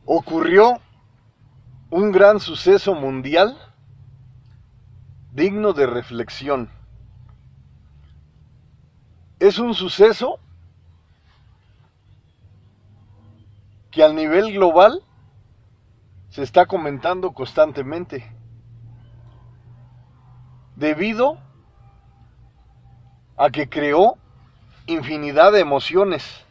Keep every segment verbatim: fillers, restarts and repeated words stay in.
ocurrió un gran suceso mundial digno de reflexión. Es un suceso que a nivel global se está comentando constantemente, debido a que creó infinidad de emociones.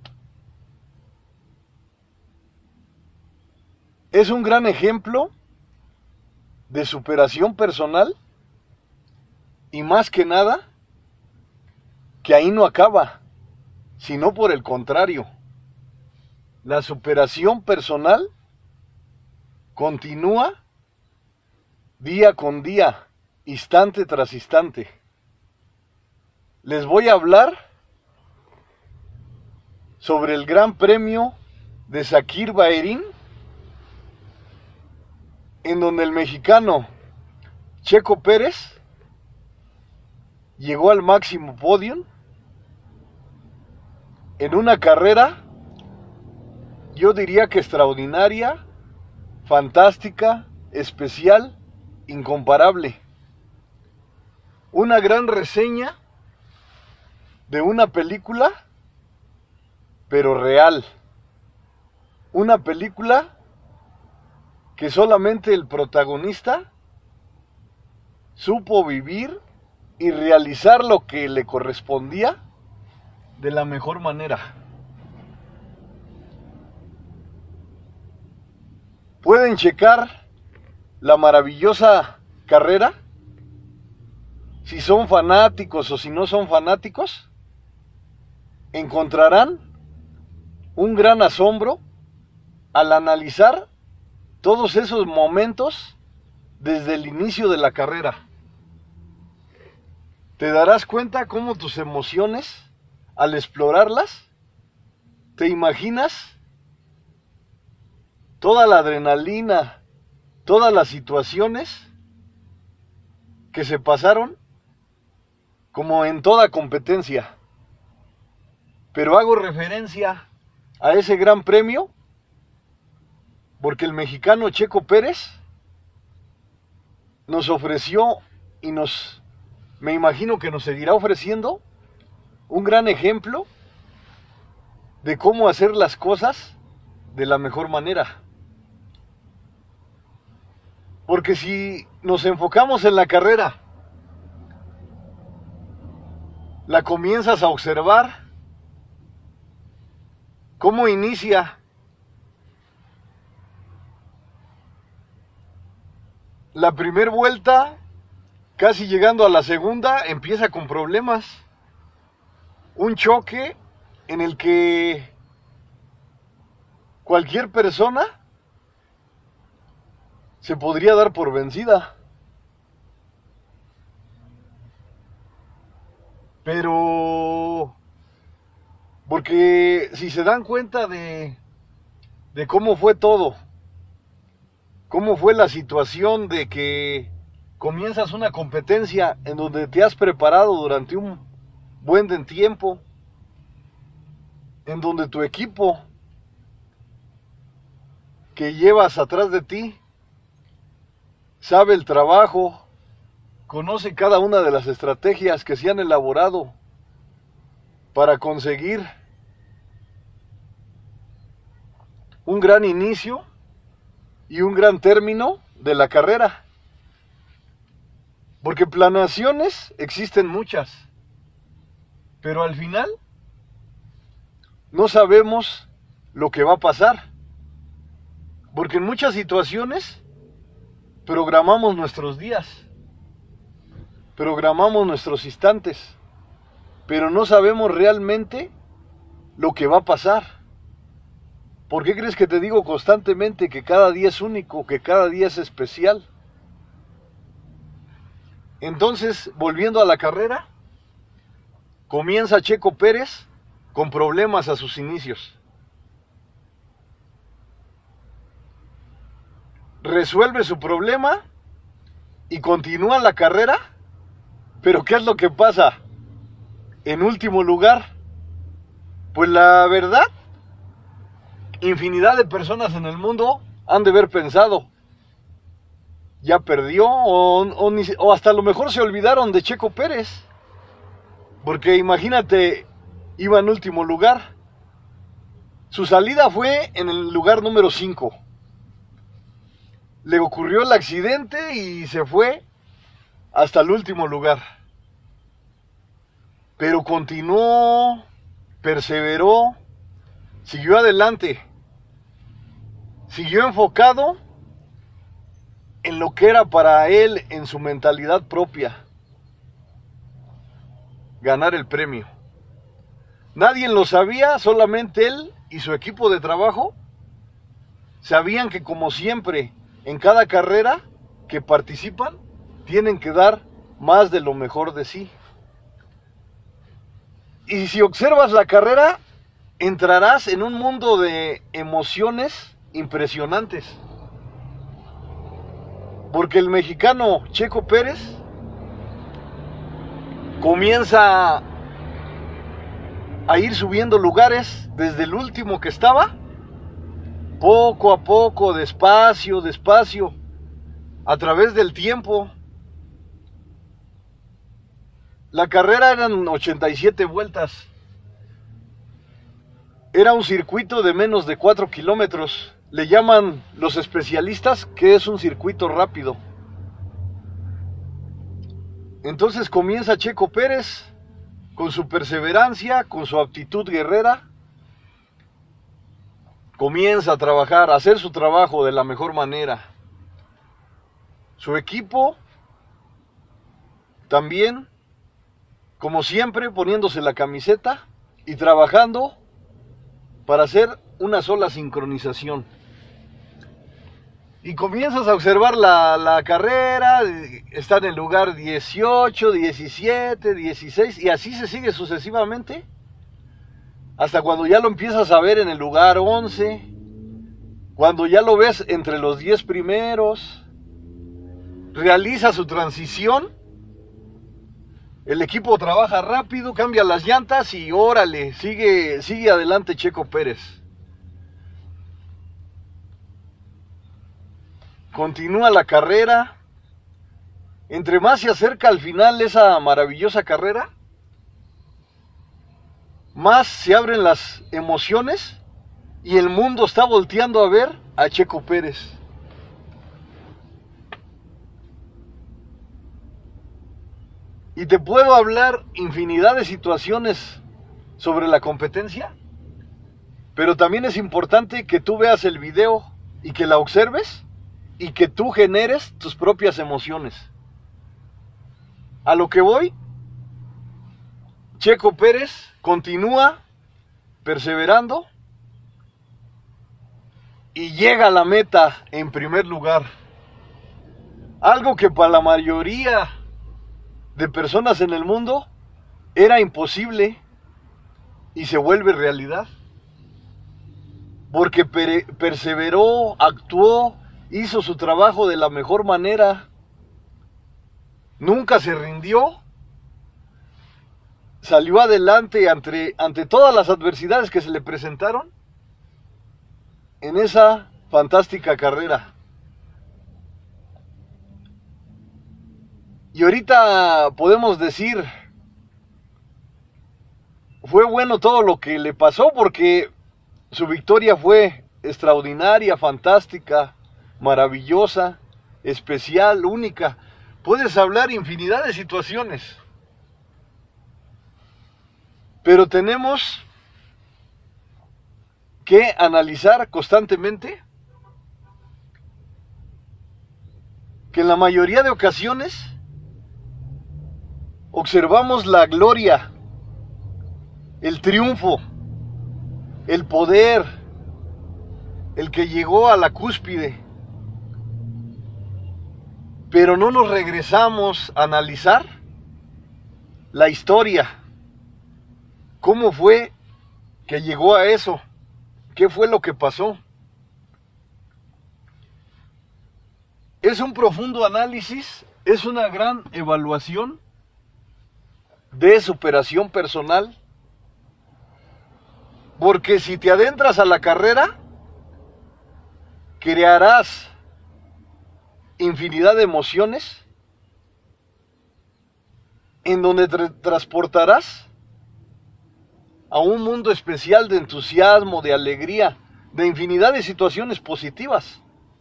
Es un gran ejemplo de superación personal y más que nada, que ahí no acaba, sino por el contrario. La superación personal continúa día con día, instante tras instante. Les voy a hablar sobre el Gran Premio de Sakir Bahrein, en donde el mexicano Checo Pérez llegó al máximo podio en una carrera, yo diría que extraordinaria, fantástica, especial, incomparable. Una gran reseña de una película, pero real. Una película que solamente el protagonista supo vivir y realizar lo que le correspondía de la mejor manera. Pueden checar la maravillosa carrera, si son fanáticos o si no son fanáticos, encontrarán un gran asombro al analizar todos esos momentos desde el inicio de la carrera. Te darás cuenta cómo tus emociones, al explorarlas, te imaginas toda la adrenalina, todas las situaciones que se pasaron como en toda competencia. Pero hago referencia a ese gran premio porque el mexicano Checo Pérez nos ofreció y nos, me imagino que nos seguirá ofreciendo un gran ejemplo de cómo hacer las cosas de la mejor manera. Porque si nos enfocamos en la carrera, la comienzas a observar, cómo inicia. La primera vuelta, casi llegando a la segunda, empieza con problemas. Un choque en el que cualquier persona se podría dar por vencida. Pero, porque si se dan cuenta de, de cómo fue todo, cómo fue la situación de que comienzas una competencia en donde te has preparado durante un buen de tiempo, en donde tu equipo que llevas atrás de ti sabe el trabajo, conoce cada una de las estrategias que se han elaborado para conseguir un gran inicio y un gran término de la carrera. Porque planeaciones existen muchas, pero al final no sabemos lo que va a pasar. Porque en muchas situaciones programamos nuestros días, programamos nuestros instantes, pero no sabemos realmente lo que va a pasar. ¿Por qué crees que te digo constantemente que cada día es único, que cada día es especial? Entonces, volviendo a la carrera, comienza Checo Pérez con problemas a sus inicios. Resuelve su problema y continúa la carrera, pero ¿qué es lo que pasa? En último lugar, pues la verdad, infinidad de personas en el mundo han de haber pensado, ya perdió, o, o, ni, o hasta a lo mejor se olvidaron de Checo Pérez, porque imagínate, iba en último lugar, su salida fue en el lugar número cinco, le ocurrió el accidente y se fue hasta el último lugar, pero continuó, perseveró, siguió adelante, siguió enfocado en lo que era para él, en su mentalidad propia, ganar el premio. Nadie lo sabía, solamente él y su equipo de trabajo sabían que, como siempre, en cada carrera que participan, tienen que dar más de lo mejor de sí. Y si observas la carrera, entrarás en un mundo de emociones impresionantes. Porque el mexicano Checo Pérez comienza a ir subiendo lugares desde el último que estaba, poco a poco, despacio, despacio, a través del tiempo. La carrera eran ochenta y siete vueltas. Era un circuito de menos de cuatro kilómetros. Le llaman los especialistas que es un circuito rápido. Entonces comienza Checo Pérez con su perseverancia, con su actitud guerrera. Comienza a trabajar, a hacer su trabajo de la mejor manera. Su equipo también, como siempre, poniéndose la camiseta y trabajando para hacer una sola sincronización. Y comienzas a observar la, la carrera, está en el lugar dieciocho, diecisiete, dieciséis, y así se sigue sucesivamente, hasta cuando ya lo empiezas a ver en el lugar once, cuando ya lo ves entre los diez primeros, realiza su transición, el equipo trabaja rápido, cambia las llantas y órale, sigue, sigue adelante Checo Pérez. Continúa la carrera. Entre más se acerca al final esa maravillosa carrera, más se abren las emociones y el mundo está volteando a ver a Checo Pérez. Y te puedo hablar infinidad de situaciones sobre la competencia, pero también es importante que tú veas el video y que la observes y que tú generes tus propias emociones. A lo que voy, Checo Pérez continúa perseverando y llega a la meta en primer lugar. Algo que para la mayoría de personas en el mundo era imposible y se vuelve realidad. Porque per perseveró, actuó, hizo su trabajo de la mejor manera, nunca se rindió, salió adelante ante, ante todas las adversidades que se le presentaron en esa fantástica carrera. Y ahorita podemos decir, fue bueno todo lo que le pasó porque su victoria fue extraordinaria, fantástica, maravillosa, especial, única. Puedes hablar infinidad de situaciones, pero tenemos que analizar constantemente que en la mayoría de ocasiones observamos la gloria, el triunfo, el poder, el que llegó a la cúspide, pero no nos regresamos a analizar la historia, cómo fue que llegó a eso, qué fue lo que pasó. Es un profundo análisis, es una gran evaluación de superación personal, porque si te adentras a la carrera, crearás infinidad de emociones en donde te transportarás a un mundo especial de entusiasmo, de alegría, de infinidad de situaciones positivas.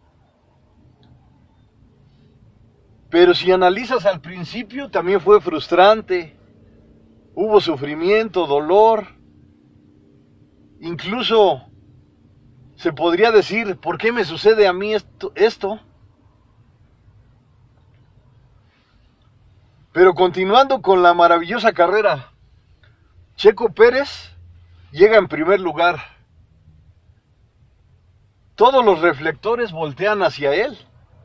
Pero si analizas al principio, también fue frustrante, hubo sufrimiento, dolor, incluso se podría decir, ¿por qué me sucede a mí esto? esto? Pero continuando con la maravillosa carrera, Checo Pérez llega en primer lugar. Todos los reflectores voltean hacia él.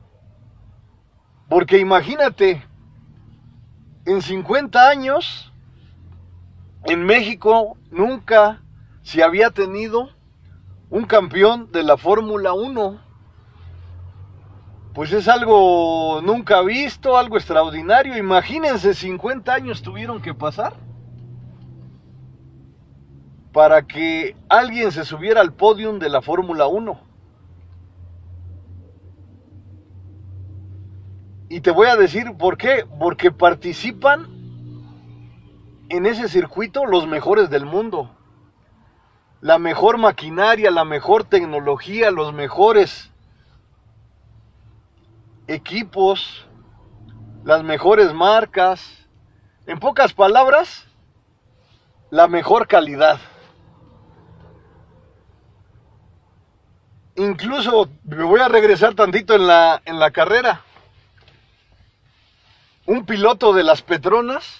Porque imagínate, en cincuenta años, en México nunca se había tenido un campeón de la Fórmula uno. Pues es algo nunca visto, algo extraordinario. Imagínense, cincuenta años tuvieron que pasar para que alguien se subiera al podium de la Fórmula uno. Y te voy a decir por qué. Porque participan en ese circuito los mejores del mundo. La mejor maquinaria, la mejor tecnología, los mejores equipos, las mejores marcas. En pocas palabras, la mejor calidad. Incluso me voy a regresar tantito en la, en la carrera. Un piloto de las Petronas,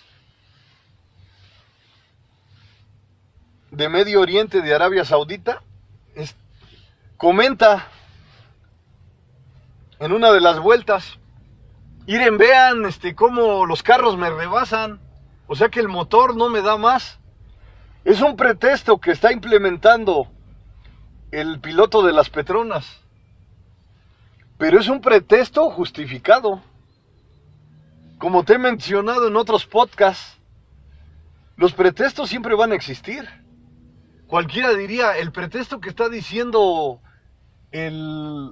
de Medio Oriente, de Arabia Saudita, es, comenta en una de las vueltas, miren, vean este, cómo los carros me rebasan, o sea que el motor no me da más. Es un pretexto que está implementando el piloto de las Petronas, pero es un pretexto justificado. Como te he mencionado en otros podcasts, los pretextos siempre van a existir. Cualquiera diría, el pretexto que está diciendo el,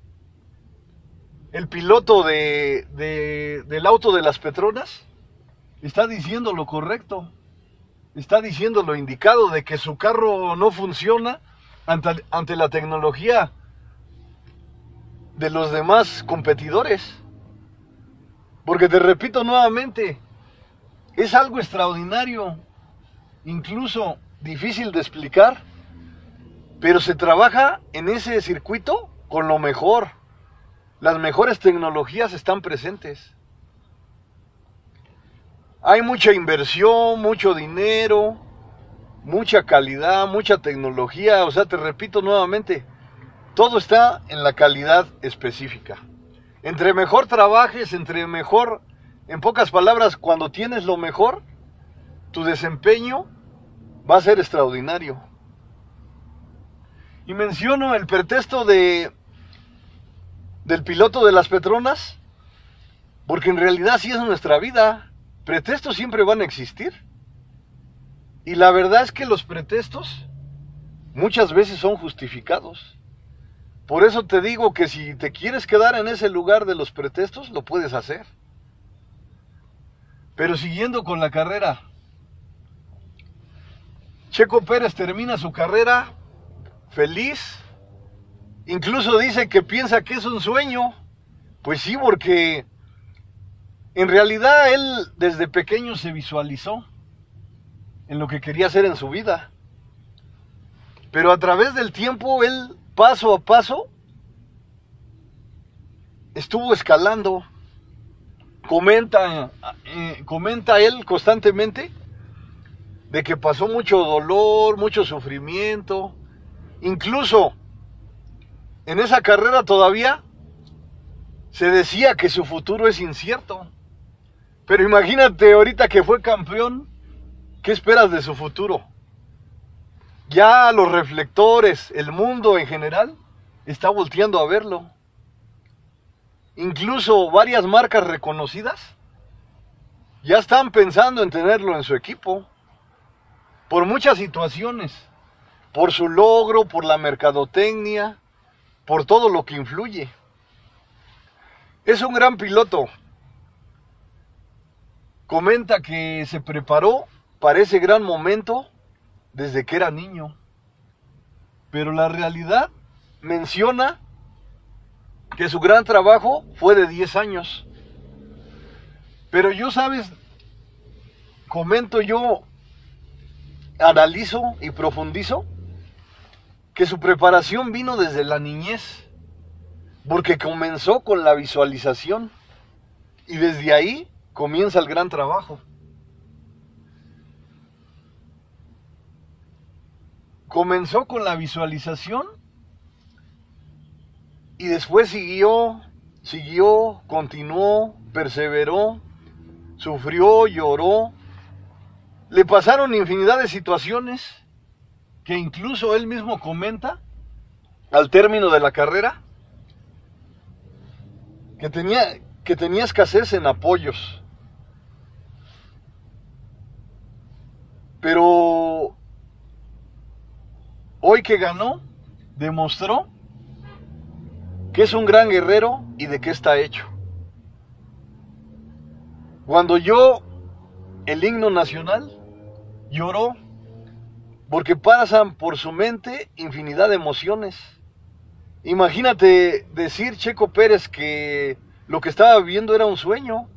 el piloto de, de, del auto de las Petronas, está diciendo lo correcto, está diciendo lo indicado, de que su carro no funciona ante, ante la tecnología de los demás competidores. Porque te repito nuevamente, es algo extraordinario, incluso difícil de explicar, pero se trabaja en ese circuito con lo mejor. Las mejores tecnologías están presentes. Hay mucha inversión, mucho dinero, mucha calidad, mucha tecnología. O sea, te repito nuevamente, todo está en la calidad específica. Entre mejor trabajes, entre mejor, en pocas palabras, cuando tienes lo mejor, tu desempeño va a ser extraordinario. Y menciono el pretexto de del piloto de las Petronas, porque en realidad así es nuestra vida. Pretextos siempre van a existir. Y la verdad es que los pretextos muchas veces son justificados. Por eso te digo que si te quieres quedar en ese lugar de los pretextos, lo puedes hacer. Pero siguiendo con la carrera, Checo Pérez termina su carrera feliz. Incluso dice que piensa que es un sueño. Pues sí, porque en realidad él desde pequeño se visualizó en lo que quería hacer en su vida. Pero a través del tiempo él, paso a paso, estuvo escalando. Comenta, eh, comenta él constantemente de que pasó mucho dolor, mucho sufrimiento. Incluso en esa carrera todavía se decía que su futuro es incierto. Pero imagínate ahorita que fue campeón, ¿qué esperas de su futuro? Ya los reflectores, el mundo en general, está volteando a verlo. Incluso varias marcas reconocidas ya están pensando en tenerlo en su equipo. Por muchas situaciones. Por su logro, por la mercadotecnia, por todo lo que influye. Es un gran piloto. Comenta que se preparó para ese gran momento desde que era niño. Pero la realidad menciona que su gran trabajo fue de diez años. Pero yo, ¿sabes? Comento yo, analizo y profundizo que su preparación vino desde la niñez, porque comenzó con la visualización y desde ahí comienza el gran trabajo. Comenzó con la visualización y después siguió, siguió, continuó, perseveró, sufrió, lloró. Le pasaron infinidad de situaciones que incluso él mismo comenta al término de la carrera que tenía, que tenía escasez en apoyos. Pero hoy que ganó, demostró que es un gran guerrero y de qué está hecho. Cuando oyó el himno nacional, lloró, porque pasan por su mente infinidad de emociones. Imagínate decir, Checo Pérez, que lo que estaba viviendo era un sueño.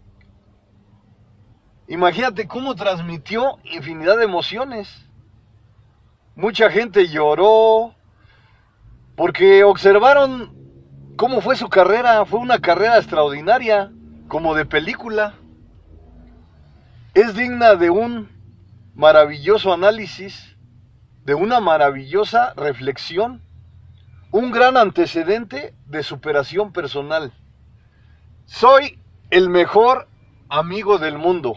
Imagínate cómo transmitió infinidad de emociones. Mucha gente lloró porque observaron cómo fue su carrera. Fue una carrera extraordinaria, como de película. Es digna de un maravilloso análisis, de una maravillosa reflexión, un gran antecedente de superación personal. Soy el mejor amigo del mundo.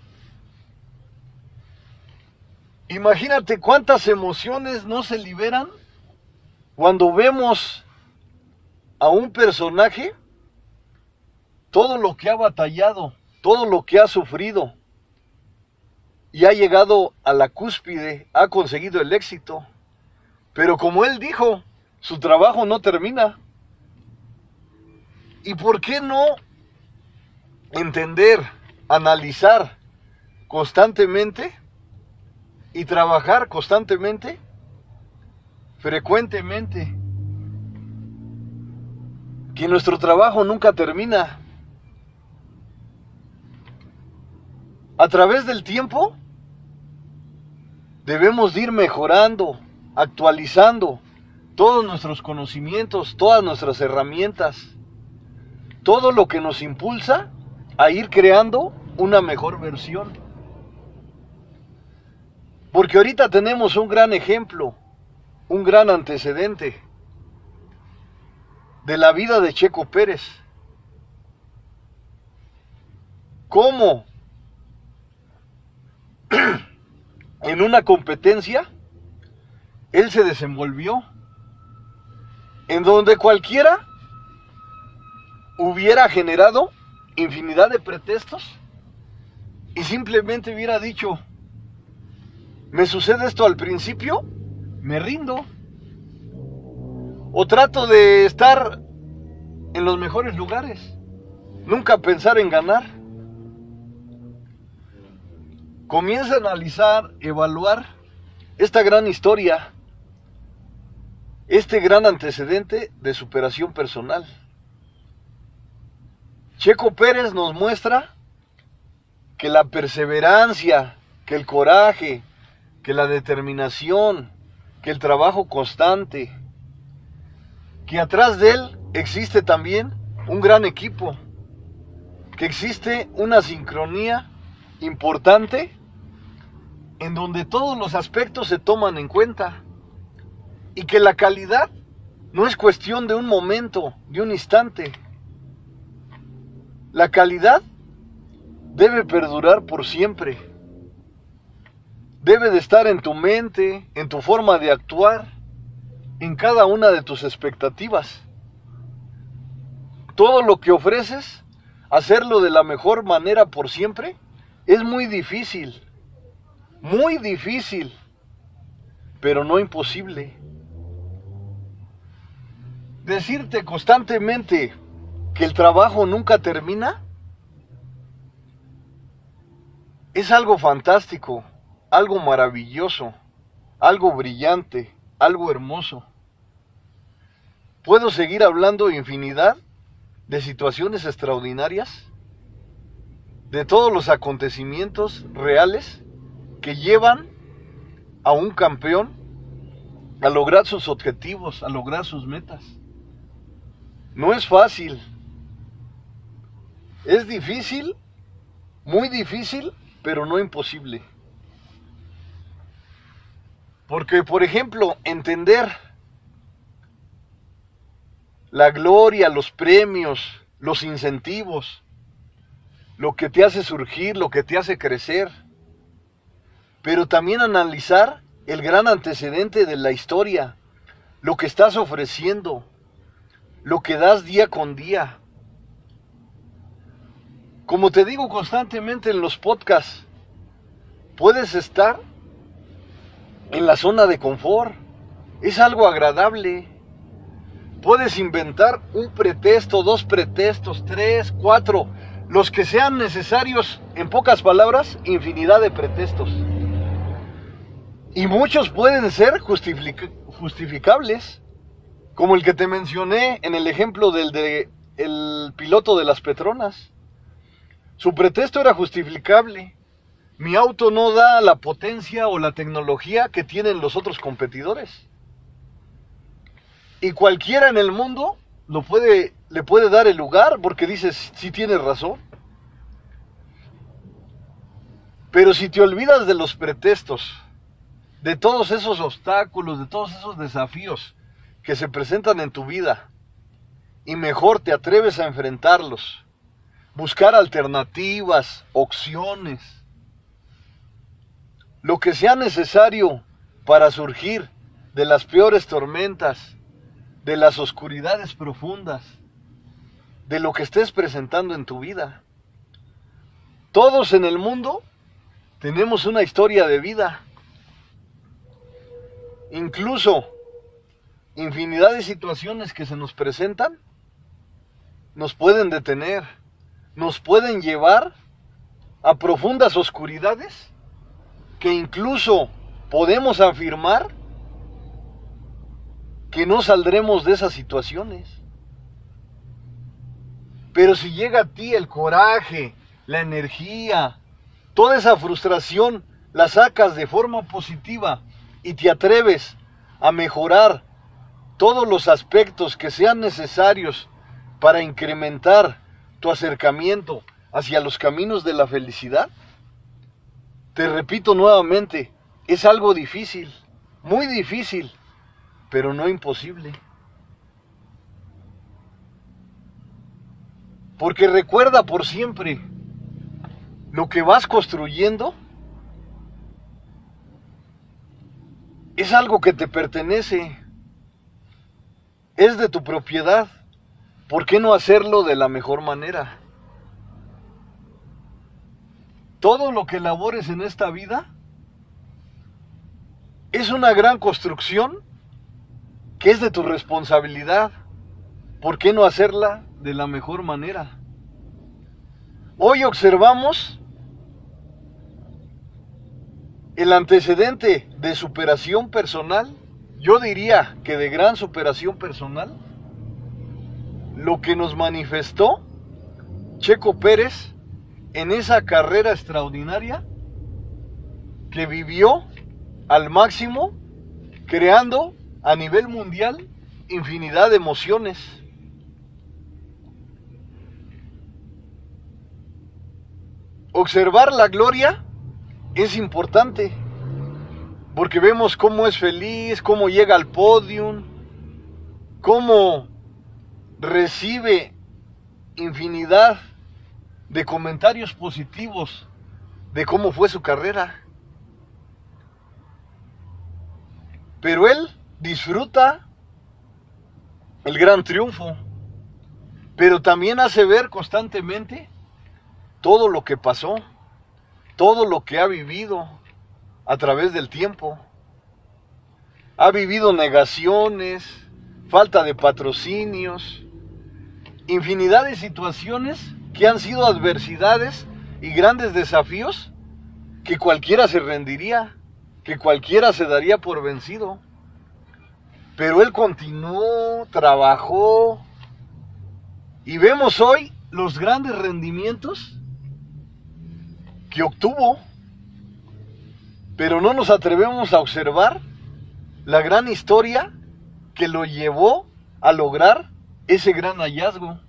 Imagínate cuántas emociones no se liberan cuando vemos a un personaje, todo lo que ha batallado, todo lo que ha sufrido, y ha llegado a la cúspide, ha conseguido el éxito. Pero como él dijo, su trabajo no termina. ¿Y por qué no entender, analizar constantemente y trabajar constantemente, frecuentemente, que nuestro trabajo nunca termina? A través del tiempo debemos de ir mejorando, actualizando todos nuestros conocimientos, todas nuestras herramientas, todo lo que nos impulsa a ir creando una mejor versión. Porque ahorita tenemos un gran ejemplo, un gran antecedente de la vida de Checo Pérez. ¿Cómo en una competencia él se desenvolvió en donde cualquiera hubiera generado infinidad de pretextos y simplemente hubiera dicho, me sucede esto al principio, me rindo, o trato de estar en los mejores lugares, nunca pensar en ganar? Comienza a analizar, evaluar esta gran historia, este gran antecedente de superación personal. Checo Pérez nos muestra que la perseverancia, que el coraje, que la determinación, que el trabajo constante, que atrás de él existe también un gran equipo, que existe una sincronía importante en donde todos los aspectos se toman en cuenta y que la calidad no es cuestión de un momento, de un instante. La calidad debe perdurar por siempre. Debe de estar en tu mente, en tu forma de actuar, en cada una de tus expectativas. Todo lo que ofreces, hacerlo de la mejor manera por siempre, es muy difícil. Muy difícil, pero no imposible. decirte constantemente que el trabajo nunca termina es algo fantástico, algo maravilloso, algo brillante, algo hermoso. Puedo seguir hablando infinidad de situaciones extraordinarias, de todos los acontecimientos reales que llevan a un campeón a lograr sus objetivos, a lograr sus metas. No es fácil, es difícil, muy difícil, pero no imposible. Porque, por ejemplo, entender la gloria, los premios, los incentivos, lo que te hace surgir, lo que te hace crecer, pero también analizar el gran antecedente de la historia, lo que estás ofreciendo, lo que das día con día. Como te digo constantemente en los podcasts, puedes estar en la zona de confort, es algo agradable. Puedes inventar un pretexto, dos pretextos, tres, cuatro, los que sean necesarios, en pocas palabras, infinidad de pretextos. Y muchos pueden ser justific- justificables, como el que te mencioné en el ejemplo del de el piloto de las Petronas. Su pretexto era justificable. Mi auto no da la potencia o la tecnología que tienen los otros competidores. Y cualquiera en el mundo lo puede, le puede dar el lugar porque dices, sí tienes razón. Pero si te olvidas de los pretextos, de todos esos obstáculos, de todos esos desafíos que se presentan en tu vida, y mejor te atreves a enfrentarlos, buscar alternativas, opciones, lo que sea necesario para surgir de las peores tormentas, de las oscuridades profundas, de lo que estés presentando en tu vida. Todos en el mundo tenemos una historia de vida. Incluso infinidad de situaciones que se nos presentan nos pueden detener, nos pueden llevar a profundas oscuridades que incluso podemos afirmar que no saldremos de esas situaciones. Pero si llega a ti el coraje, la energía, toda esa frustración, la sacas de forma positiva y te atreves a mejorar todos los aspectos que sean necesarios para incrementar tu acercamiento hacia los caminos de la felicidad, te repito nuevamente, es algo difícil, muy difícil, pero no imposible. Porque recuerda por siempre, lo que vas construyendo es algo que te pertenece, es de tu propiedad. ¿Por qué no hacerlo de la mejor manera? Todo lo que elabores en esta vida es una gran construcción que es de tu responsabilidad. ¿Por qué no hacerla de la mejor manera? Hoy observamos el antecedente de superación personal, yo diría que de gran superación personal, lo que nos manifestó Checo Pérez en esa carrera extraordinaria que vivió al máximo, creando a nivel mundial infinidad de emociones. Observar la gloria es importante, porque vemos cómo es feliz, cómo llega al podium, cómo recibe infinidad de comentarios positivos de cómo fue su carrera. Pero él disfruta el gran triunfo, pero también hace ver constantemente todo lo que pasó, todo lo que ha vivido a través del tiempo. Ha vivido negaciones, falta de patrocinios, infinidad de situaciones que han sido adversidades y grandes desafíos que cualquiera se rendiría, que cualquiera se daría por vencido. Pero él continuó, trabajó, y vemos hoy los grandes rendimientos que obtuvo, pero no nos atrevemos a observar la gran historia que lo llevó a lograr ese gran hallazgo.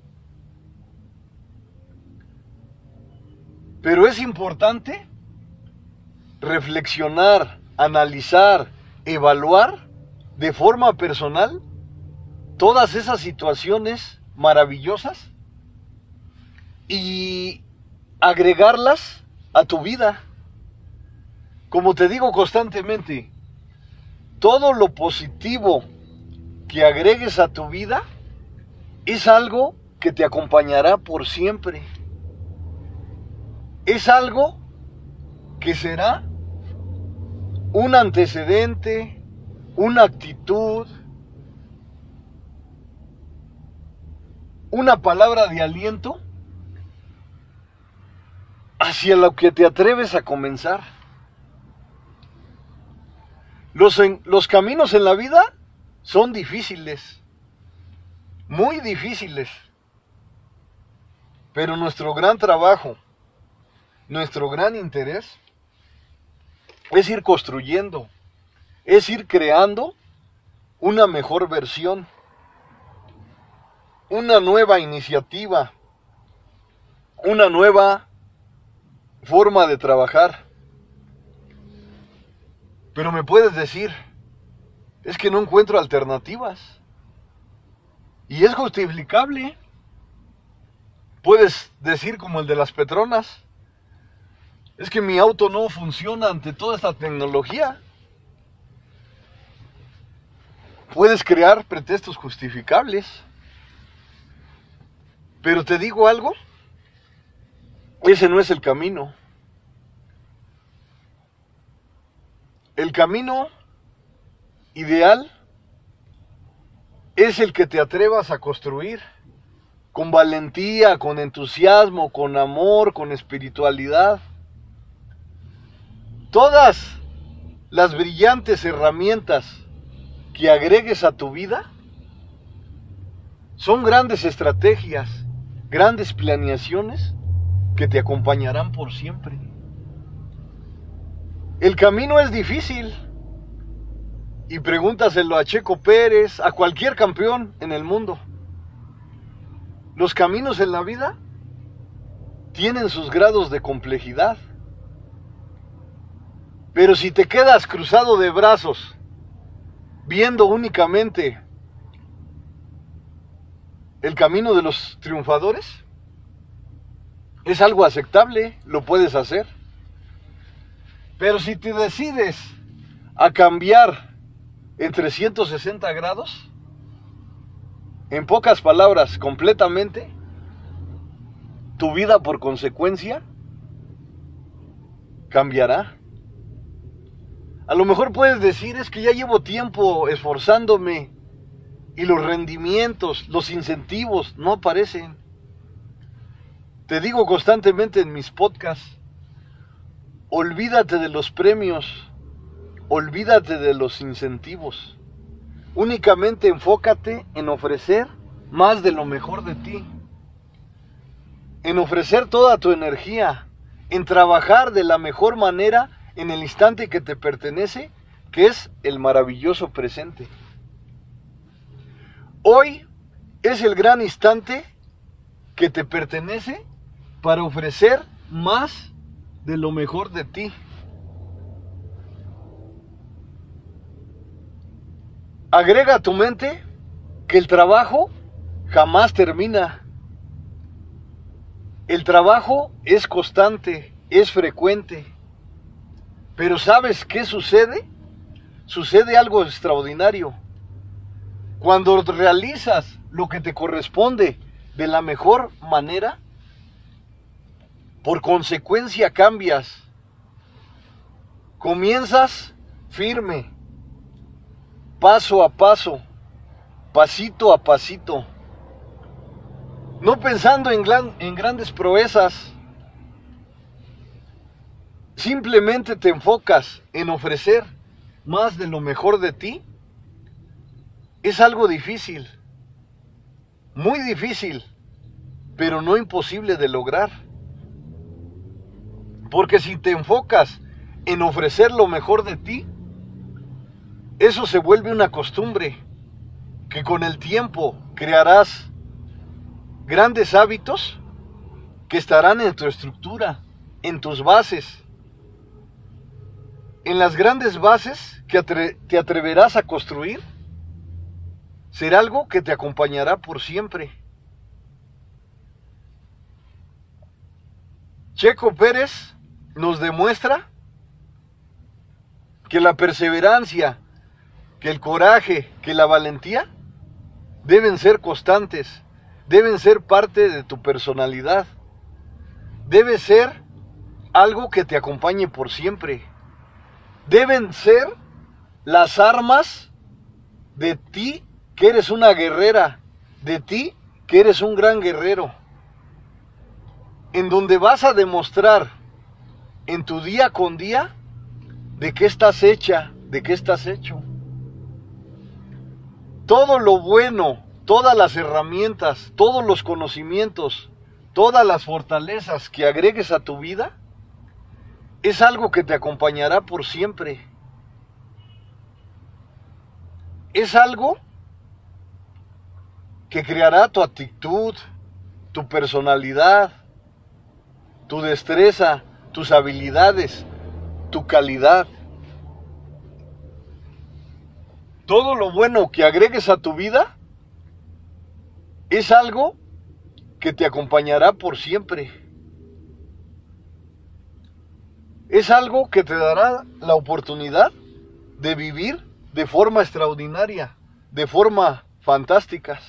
Pero es importante reflexionar, analizar, evaluar de forma personal todas esas situaciones maravillosas y agregarlas a tu vida. Como te digo constantemente, todo lo positivo que agregues a tu vida es algo que te acompañará por siempre. Es algo que será un antecedente, una actitud, una palabra de aliento hacia lo que te atreves a comenzar. Los, en, los caminos en la vida son difíciles, muy difíciles, pero nuestro gran trabajo, nuestro gran interés es ir construyendo, es ir creando una mejor versión, una nueva iniciativa, una nueva forma de trabajar. Pero me puedes decir, es que no encuentro alternativas. Y es justificable. Puedes decir como el de las Petronas, es que mi auto no funciona ante toda esta tecnología. Puedes crear pretextos justificables. Pero te digo algo, ese no es el camino. El camino ideal es el que te atrevas a construir con valentía, con entusiasmo, con amor, con espiritualidad. Todas las brillantes herramientas que agregues a tu vida son grandes estrategias, grandes planeaciones que te acompañarán por siempre. El camino es difícil. Y pregúntaselo a Checo Pérez, a cualquier campeón en el mundo. Los caminos en la vida tienen sus grados de complejidad. Pero si te quedas cruzado de brazos, viendo únicamente el camino de los triunfadores, es algo aceptable, lo puedes hacer. Pero si te decides a cambiar en trescientos sesenta grados, en pocas palabras, completamente, tu vida por consecuencia cambiará. A lo mejor puedes decir, es que ya llevo tiempo esforzándome y los rendimientos, los incentivos no aparecen. Te digo constantemente en mis podcasts, olvídate de los premios, olvídate de los incentivos. Únicamente enfócate en ofrecer más de lo mejor de ti, en ofrecer toda tu energía, en trabajar de la mejor manera en el instante que te pertenece, que es el maravilloso presente. Hoy es el gran instante que te pertenece para ofrecer más de lo mejor de ti. Agrega a tu mente que el trabajo jamás termina. El trabajo es constante, es frecuente. Pero ¿sabes qué sucede? Sucede algo extraordinario. Cuando realizas lo que te corresponde de la mejor manera, por consecuencia cambias. Comienzas firme, paso a paso, pasito a pasito, no pensando en, gran, en grandes proezas. Simplemente te enfocas en ofrecer más de lo mejor de ti. Es algo difícil, muy difícil, pero no imposible de lograr. Porque si te enfocas en ofrecer lo mejor de ti, eso se vuelve una costumbre que con el tiempo crearás grandes hábitos que estarán en tu estructura, en tus bases. En las grandes bases que atre- te atreverás a construir, será algo que te acompañará por siempre. Checo Pérez nos demuestra que la perseverancia, que el coraje, que la valentía deben ser constantes, deben ser parte de tu personalidad, debe ser algo que te acompañe por siempre, deben ser las armas de ti que eres una guerrera, de ti que eres un gran guerrero, en donde vas a demostrar en tu día con día de qué estás hecha, de qué estás hecho. Todo lo bueno, todas las herramientas, todos los conocimientos, todas las fortalezas que agregues a tu vida, es algo que te acompañará por siempre. Es algo que creará tu actitud, tu personalidad, tu destreza, tus habilidades, tu calidad. Todo lo bueno que agregues a tu vida es algo que te acompañará por siempre. Es algo que te dará la oportunidad de vivir de forma extraordinaria, de forma fantástica.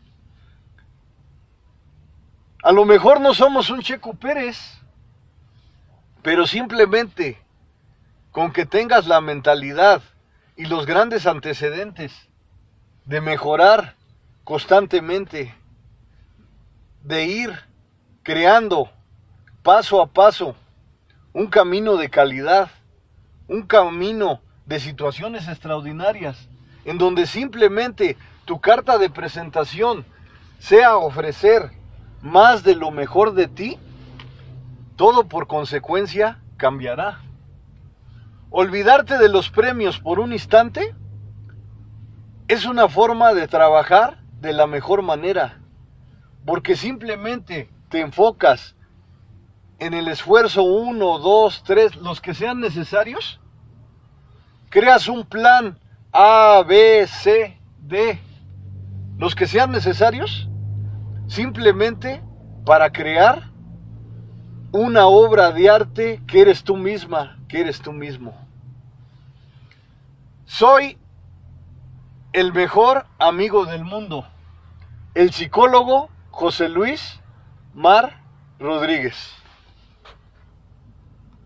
A lo mejor no somos un Checo Pérez, pero simplemente con que tengas la mentalidad y los grandes antecedentes de mejorar constantemente, de ir creando paso a paso un camino de calidad, un camino de situaciones extraordinarias, en donde simplemente tu carta de presentación sea ofrecer más de lo mejor de ti, todo por consecuencia cambiará. Olvidarte de los premios por un instante es una forma de trabajar de la mejor manera, porque simplemente te enfocas en el esfuerzo uno, dos, tres, los que sean necesarios, creas un plan A, B, C, D, los que sean necesarios, simplemente para crear una obra de arte que eres tú misma, que eres tú mismo. Soy el mejor amigo del mundo, el psicólogo José Luis Mar Rodríguez.